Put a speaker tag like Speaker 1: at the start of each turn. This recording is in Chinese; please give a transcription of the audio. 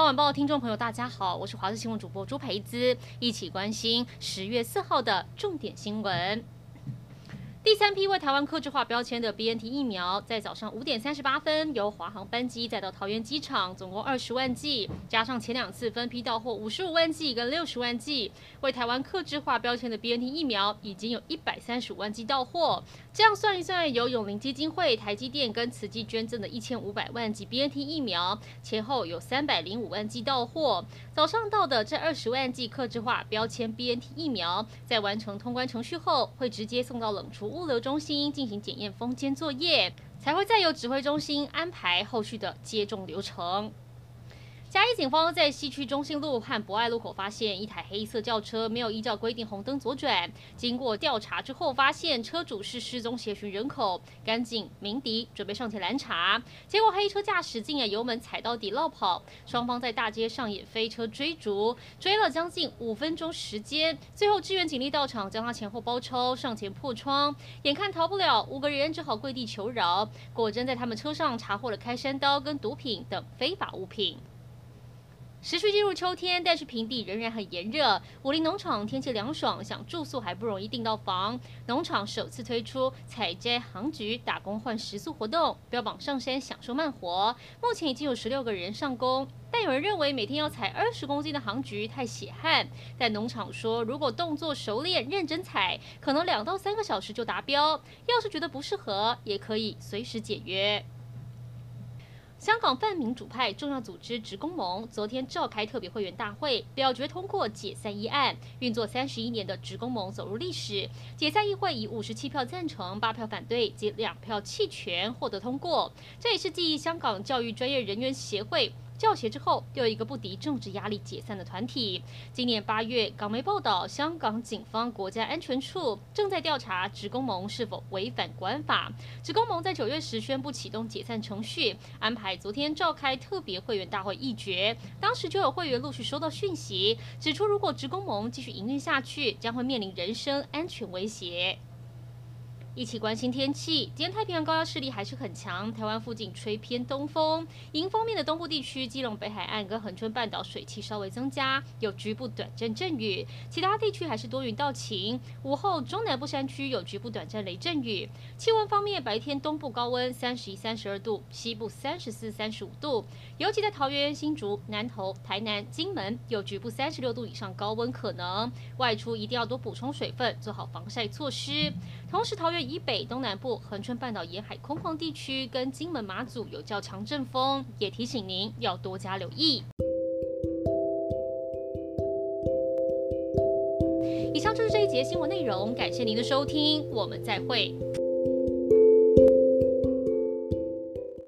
Speaker 1: 早晚报听众朋友，大家好，我是华视新闻主播朱培姿，一起关心10月4号的重点新闻。第3批为台湾客制化标签的 BNT 疫苗，在早上5点38分由华航班机载到桃园机场，总共20万剂，加上前2次分批到货55万剂跟60万剂，为台湾客制化标签的 BNT 疫苗已经有135万剂到货。这样算一算，由永龄基金会、台积电跟慈济捐赠的1500万剂 BNT 疫苗，前后有305万剂到货。早上到的这20万剂客制化标签 BNT 疫苗，在完成通关程序后，会直接送到冷储物流中心进行检验封监作业，才会再由指挥中心安排后续的接种流程。嘉义警方在西区中信路和博爱路口发现一台黑色轿车没有依照规定红灯左转，经过调查之后，发现车主是失踪协寻人口，赶紧鸣笛准备上前拦查，结果黑车驾驶竟然油门踩到底落跑，双方在大街上演飞车追逐，追了将近5分钟时间，最后支援警力到场将他前后包抄，上前破窗，眼看逃不了，5个人只好跪地求饶，果真在他们车上查获了开山刀跟毒品等非法物品。持续进入秋天，但是平地仍然很炎热。武陵农场天气凉爽，想住宿还不容易订到房。农场首次推出采摘航局打工换食宿活动，标榜上山享受慢活。目前已经有16个人上工，但有人认为每天要采20公斤的航局太血汗。但农场说，如果动作熟练、认真采，可能2到3个小时就达标。要是觉得不适合，也可以随时解约。香港泛民主派重要组织职工盟昨天召开特别会员大会，表决通过解散议案。运作31年的职工盟走入历史，解散议会以57票赞成、8票反对及2票弃权获得通过。这也是继香港教育专业人员协会教协之后，又一个不敌政治压力解散的团体。今年8月，港媒报道，香港警方国家安全处正在调查职工盟是否违反国安法。职工盟在9月时宣布启动解散程序，安排昨天召开特别会员大会议决。当时就有会员陆续收到讯息，指出如果职工盟继续营运下去，将会面临人身安全威胁。一起关心天气，今天太平洋高压势力还是很强，台湾附近吹偏东风，迎风面的东部地区、基隆北海岸跟恒春半岛水汽稍微增加，有局部短暂阵雨，其他地区还是多云到晴。午后中南部山区有局部短暂雷阵雨。气温方面，白天东部高温31、32度，西部34、35度，尤其在桃园、新竹、南投、台南、金门有局部36度以上高温可能，外出一定要多补充水分，做好防晒措施。同时，桃园以北、东南部、恒春半岛沿海空旷地区跟金门、马祖有较强阵风，也提醒您要多加留意。以上就是这一节新闻内容，感谢您的收听，我们再会。